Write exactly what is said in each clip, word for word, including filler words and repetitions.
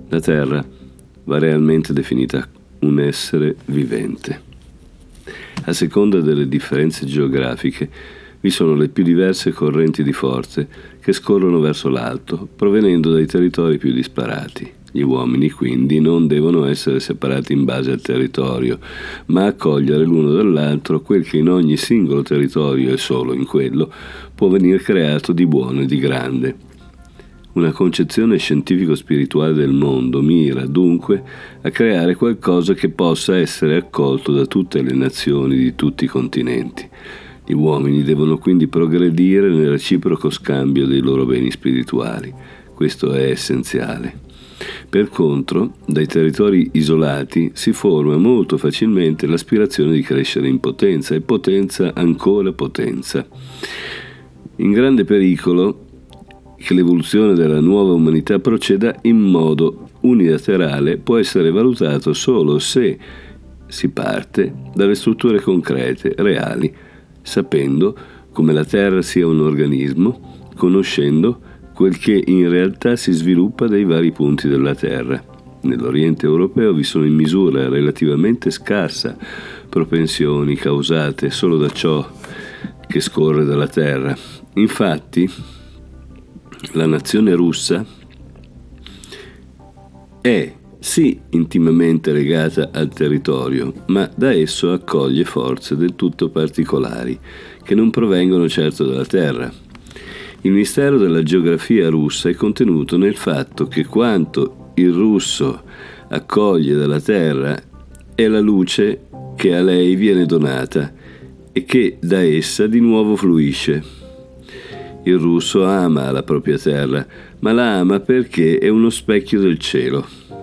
La Terra va realmente definita un essere vivente. A seconda delle differenze geografiche, vi sono le più diverse correnti di forze che scorrono verso l'alto, provenendo dai territori più disparati. Gli uomini, quindi, non devono essere separati in base al territorio, ma accogliere l'uno dall'altro quel che in ogni singolo territorio e solo in quello può venire creato di buono e di grande. Una concezione scientifico-spirituale del mondo mira, dunque, a creare qualcosa che possa essere accolto da tutte le nazioni di tutti i continenti. Gli uomini devono quindi progredire nel reciproco scambio dei loro beni spirituali. Questo è essenziale. Per contro, dai territori isolati si forma molto facilmente l'aspirazione di crescere in potenza e potenza ancora potenza. In grande pericolo che l'evoluzione della nuova umanità proceda in modo unilaterale può essere valutato solo se si parte dalle strutture concrete, reali, sapendo come la Terra sia un organismo, conoscendo quel che in realtà si sviluppa dai vari punti della Terra. Nell'Oriente europeo vi sono in misura relativamente scarsa propensioni causate solo da ciò che scorre dalla Terra. Infatti, la nazione russa è sì intimamente legata al territorio, ma da esso accoglie forze del tutto particolari, che non provengono certo dalla Terra. Il mistero della geografia russa è contenuto nel fatto che quanto il russo accoglie dalla terra è la luce che a lei viene donata e che da essa di nuovo fluisce. Il russo ama la propria terra, ma la ama perché è uno specchio del cielo.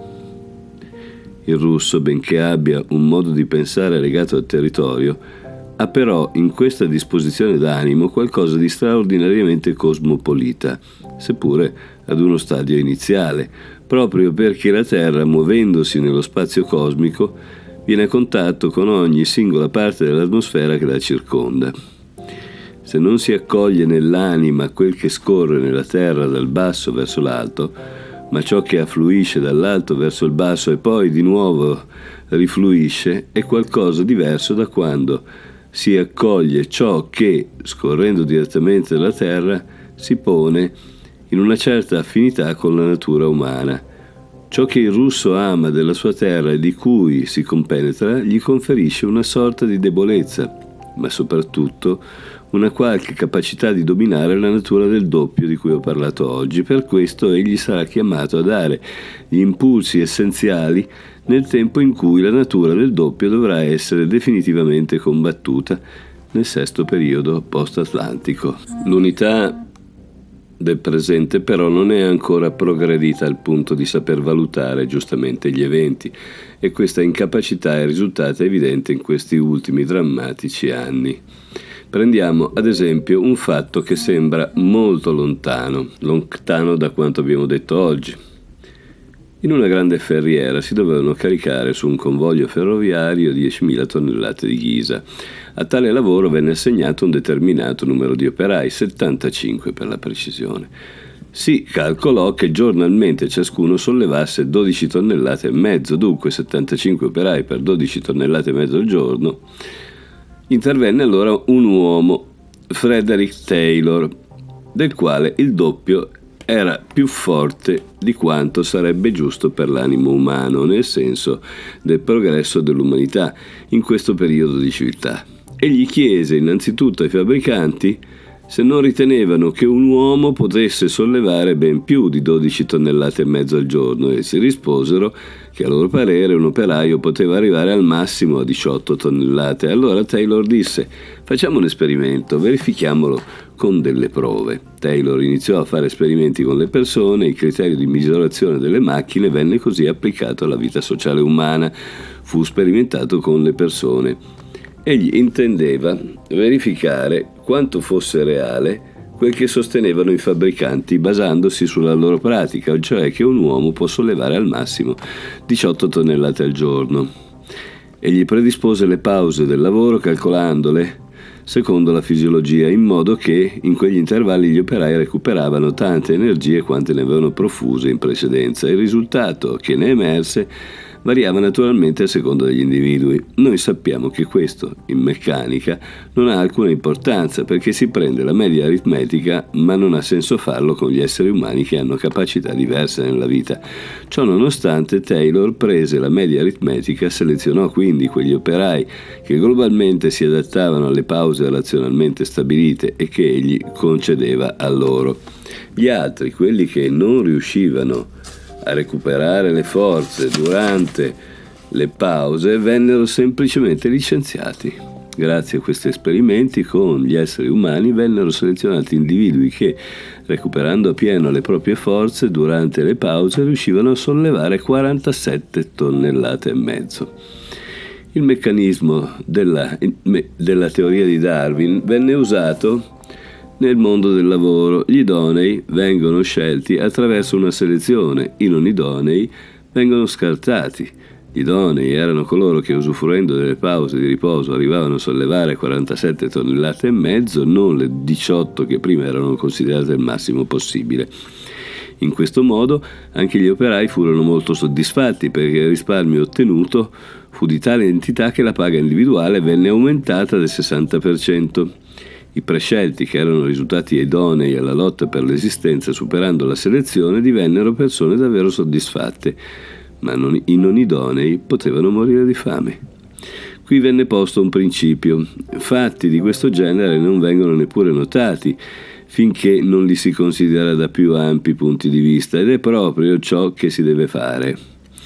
Il russo, benché abbia un modo di pensare legato al territorio, ha però in questa disposizione d'animo qualcosa di straordinariamente cosmopolita, seppure ad uno stadio iniziale, proprio perché la Terra, muovendosi nello spazio cosmico, viene a contatto con ogni singola parte dell'atmosfera che la circonda. Se non si accoglie nell'anima quel che scorre nella Terra dal basso verso l'alto, ma ciò che affluisce dall'alto verso il basso e poi di nuovo rifluisce, è qualcosa diverso da quando si accoglie ciò che, scorrendo direttamente dalla terra, si pone in una certa affinità con la natura umana. Ciò che il russo ama della sua terra e di cui si compenetra gli conferisce una sorta di debolezza, ma soprattutto una qualche capacità di dominare la natura del doppio di cui ho parlato oggi. Per questo egli sarà chiamato a dare gli impulsi essenziali nel tempo in cui la natura del doppio dovrà essere definitivamente combattuta nel sesto periodo post-atlantico. L'unità del presente però non è ancora progredita al punto di saper valutare giustamente gli eventi, e questa incapacità è risultata evidente in questi ultimi drammatici anni. Prendiamo ad esempio un fatto che sembra molto lontano, lontano da quanto abbiamo detto oggi. In una grande ferriera si dovevano caricare su un convoglio ferroviario diecimila tonnellate di ghisa. A tale lavoro venne assegnato un determinato numero di operai, settantacinque per la precisione. Si calcolò che giornalmente ciascuno sollevasse dodici tonnellate e mezzo, dunque settantacinque operai per dodici tonnellate e mezzo al giorno. Intervenne allora un uomo, Frederick Taylor, del quale il doppio era più forte di quanto sarebbe giusto per l'animo umano, nel senso del progresso dell'umanità in questo periodo di civiltà. Egli chiese innanzitutto ai fabbricanti se non ritenevano che un uomo potesse sollevare ben più di dodici tonnellate e mezzo al giorno, e si risposero che a loro parere un operaio poteva arrivare al massimo a diciotto tonnellate. Allora Taylor disse: facciamo un esperimento, verifichiamolo con delle prove. Taylor iniziò a fare esperimenti con le persone, il criterio di misurazione delle macchine venne così applicato alla vita sociale umana, fu sperimentato con le persone. Egli intendeva verificare quanto fosse reale quel che sostenevano i fabbricanti basandosi sulla loro pratica, cioè che un uomo può sollevare al massimo diciotto tonnellate al giorno. Egli predispose le pause del lavoro calcolandole secondo la fisiologia, in modo che in quegli intervalli gli operai recuperavano tante energie quante ne avevano profuse in precedenza. Il risultato che ne emerse variava naturalmente a seconda degli individui. Noi sappiamo che questo, in meccanica, non ha alcuna importanza perché si prende la media aritmetica, ma non ha senso farlo con gli esseri umani che hanno capacità diverse nella vita. Ciò nonostante, Taylor prese la media aritmetica, selezionò quindi quegli operai che globalmente si adattavano alle pause razionalmente stabilite e che egli concedeva a loro. Gli altri, quelli che non riuscivano a recuperare le forze durante le pause, vennero semplicemente licenziati. Grazie a questi esperimenti con gli esseri umani vennero selezionati individui che, recuperando appieno le proprie forze durante le pause, riuscivano a sollevare quarantasette tonnellate e mezzo. Il meccanismo della, della teoria di Darwin venne usato nel mondo del lavoro. Gli idonei vengono scelti attraverso una selezione, i non idonei vengono scartati. Gli idonei erano coloro che, usufruendo delle pause di riposo, arrivavano a sollevare quarantasette tonnellate e mezzo, non le diciotto che prima erano considerate il massimo possibile. In questo modo anche gli operai furono molto soddisfatti perché il risparmio ottenuto fu di tale entità che la paga individuale venne aumentata del sessanta per cento. I prescelti, che erano risultati idonei alla lotta per l'esistenza superando la selezione, divennero persone davvero soddisfatte, ma non, i non idonei potevano morire di fame. Qui venne posto un principio. Fatti di questo genere non vengono neppure notati finché non li si considera da più ampi punti di vista, ed è proprio ciò che si deve fare.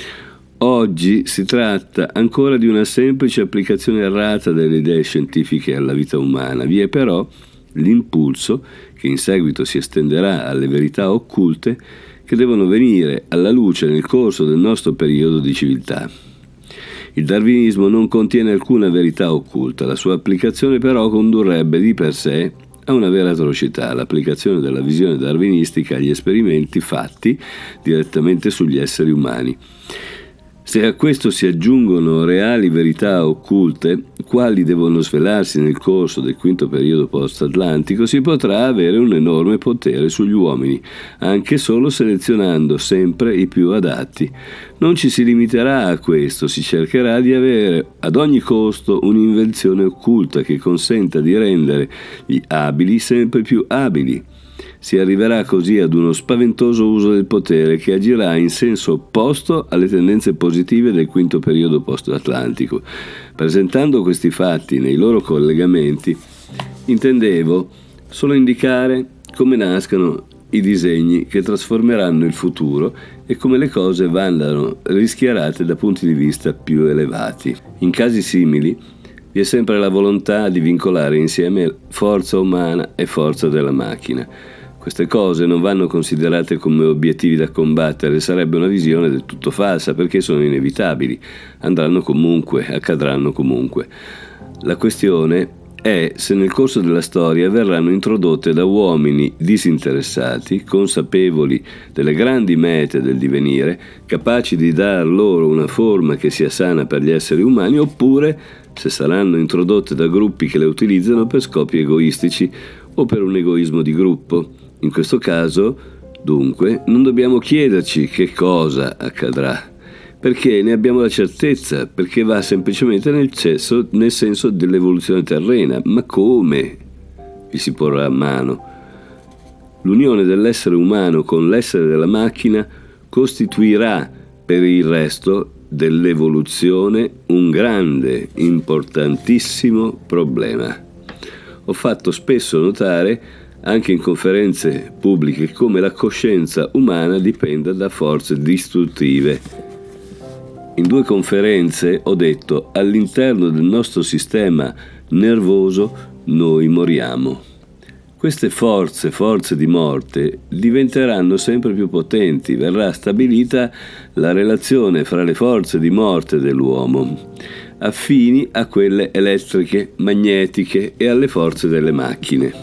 Oggi si tratta ancora di una semplice applicazione errata delle idee scientifiche alla vita umana. Vi è però l'impulso, che in seguito si estenderà alle verità occulte, che devono venire alla luce nel corso del nostro periodo di civiltà. Il darwinismo non contiene alcuna verità occulta, la sua applicazione però condurrebbe di per sé a una vera atrocità, l'applicazione della visione darwinistica agli esperimenti fatti direttamente sugli esseri umani. Se a questo si aggiungono reali verità occulte, quali devono svelarsi nel corso del quinto periodo post-atlantico, si potrà avere un enorme potere sugli uomini, anche solo selezionando sempre i più adatti. Non ci si limiterà a questo, si cercherà di avere ad ogni costo un'invenzione occulta che consenta di rendere gli abili sempre più abili. Si arriverà così ad uno spaventoso uso del potere che agirà in senso opposto alle tendenze positive del quinto periodo post-atlantico. Presentando questi fatti nei loro collegamenti, intendevo solo indicare come nascano i disegni che trasformeranno il futuro e come le cose vadano rischiarate da punti di vista più elevati. In casi simili vi è sempre la volontà di vincolare insieme forza umana e forza della macchina. Queste cose non vanno considerate come obiettivi da combattere, sarebbe una visione del tutto falsa perché sono inevitabili, andranno comunque, accadranno comunque. La questione è se nel corso della storia verranno introdotte da uomini disinteressati, consapevoli delle grandi mete del divenire, capaci di dar loro una forma che sia sana per gli esseri umani, oppure se saranno introdotte da gruppi che le utilizzano per scopi egoistici o per un egoismo di gruppo. In questo caso, dunque, non dobbiamo chiederci che cosa accadrà, perché ne abbiamo la certezza, perché va semplicemente nel, cesso, nel senso dell'evoluzione terrena. Ma come vi si porrà a mano? L'unione dell'essere umano con l'essere della macchina costituirà per il resto dell'evoluzione un grande, importantissimo problema. Ho fatto spesso notare anche in conferenze pubbliche come la coscienza umana dipenda da forze distruttive. In due conferenze ho detto: all'interno del nostro sistema nervoso noi moriamo. Queste forze, forze di morte, diventeranno sempre più potenti, verrà stabilita la relazione fra le forze di morte dell'uomo, affini a quelle elettriche, magnetiche e alle forze delle macchine.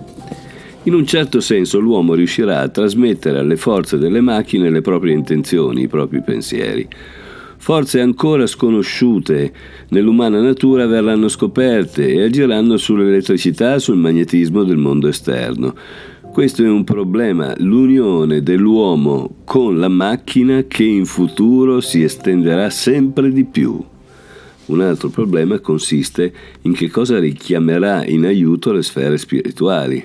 In un certo senso l'uomo riuscirà a trasmettere alle forze delle macchine le proprie intenzioni, i propri pensieri. Forze ancora sconosciute nell'umana natura verranno scoperte e agiranno sull'elettricità, sul magnetismo del mondo esterno. Questo è un problema, l'unione dell'uomo con la macchina che in futuro si estenderà sempre di più. Un altro problema consiste in che cosa richiamerà in aiuto le sfere spirituali.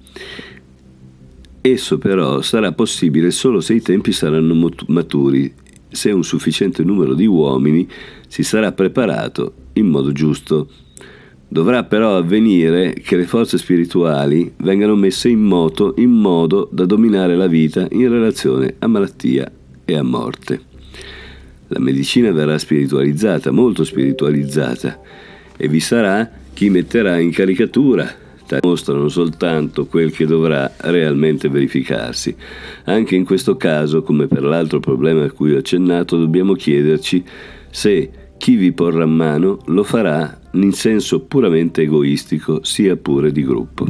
Esso però sarà possibile solo se i tempi saranno maturi, se un sufficiente numero di uomini si sarà preparato in modo giusto. Dovrà però avvenire che le forze spirituali vengano messe in moto in modo da dominare la vita in relazione a malattia e a morte. La medicina verrà spiritualizzata, molto spiritualizzata, e vi sarà chi metterà in caricatura. Mostrano soltanto quel che dovrà realmente verificarsi. Anche in questo caso, come per l'altro problema a cui ho accennato, dobbiamo chiederci se chi vi porrà mano lo farà in senso puramente egoistico, sia pure di gruppo.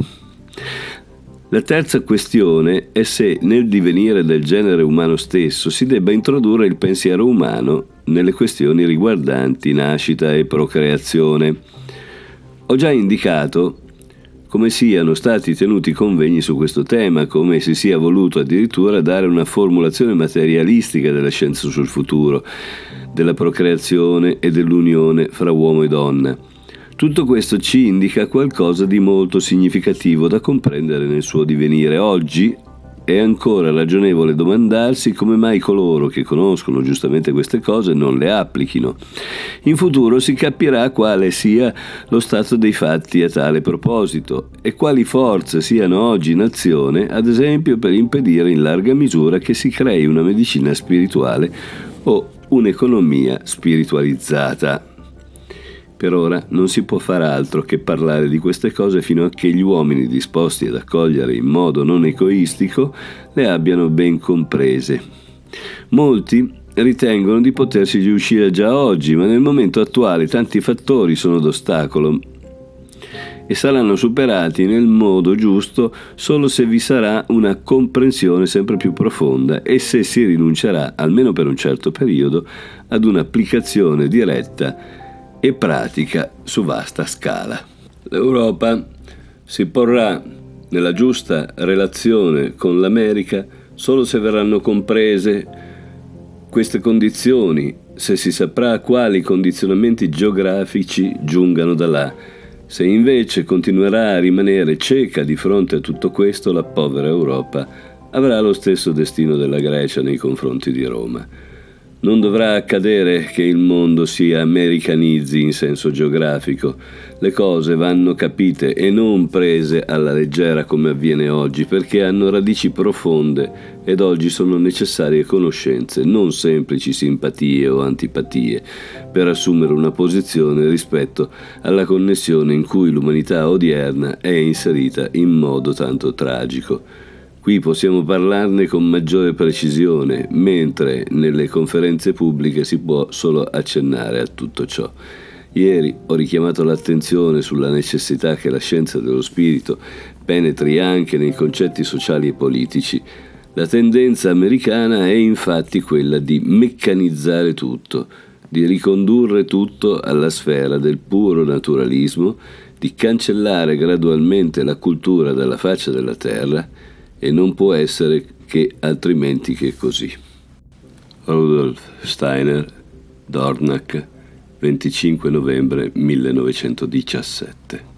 La terza questione è se nel divenire del genere umano stesso si debba introdurre il pensiero umano nelle questioni riguardanti nascita e procreazione. Ho già indicato come siano stati tenuti convegni su questo tema, come si sia voluto addirittura dare una formulazione materialistica della scienza sul futuro, della procreazione e dell'unione fra uomo e donna. Tutto questo ci indica qualcosa di molto significativo da comprendere nel suo divenire. Oggi è ancora ragionevole domandarsi come mai coloro che conoscono giustamente queste cose non le applichino. In futuro si capirà quale sia lo stato dei fatti a tale proposito e quali forze siano oggi in azione, ad esempio per impedire in larga misura che si crei una medicina spirituale o un'economia spiritualizzata. Per ora non si può far altro che parlare di queste cose fino a che gli uomini disposti ad accogliere in modo non egoistico le abbiano ben comprese. Molti ritengono di potersi riuscire già oggi, ma nel momento attuale tanti fattori sono d'ostacolo e saranno superati nel modo giusto solo se vi sarà una comprensione sempre più profonda e se si rinuncerà, almeno per un certo periodo, ad un'applicazione diretta e pratica su vasta scala. L'Europa si porrà nella giusta relazione con l'America solo se verranno comprese queste condizioni, se si saprà quali condizionamenti geografici giungano da là. Se invece continuerà a rimanere cieca di fronte a tutto questo, la povera Europa avrà lo stesso destino della Grecia nei confronti di Roma. Non dovrà accadere che il mondo si americanizzi in senso geografico. Le cose vanno capite e non prese alla leggera come avviene oggi, perché hanno radici profonde ed oggi sono necessarie conoscenze, non semplici simpatie o antipatie, per assumere una posizione rispetto alla connessione in cui l'umanità odierna è inserita in modo tanto tragico. Qui possiamo parlarne con maggiore precisione, mentre nelle conferenze pubbliche si può solo accennare a tutto ciò. Ieri ho richiamato l'attenzione sulla necessità che la scienza dello spirito penetri anche nei concetti sociali e politici. La tendenza americana è infatti quella di meccanizzare tutto, di ricondurre tutto alla sfera del puro naturalismo, di cancellare gradualmente la cultura dalla faccia della terra, e non può essere che altrimenti che così. Rudolf Steiner, Dornach, venticinque novembre millenovecentodiciassette.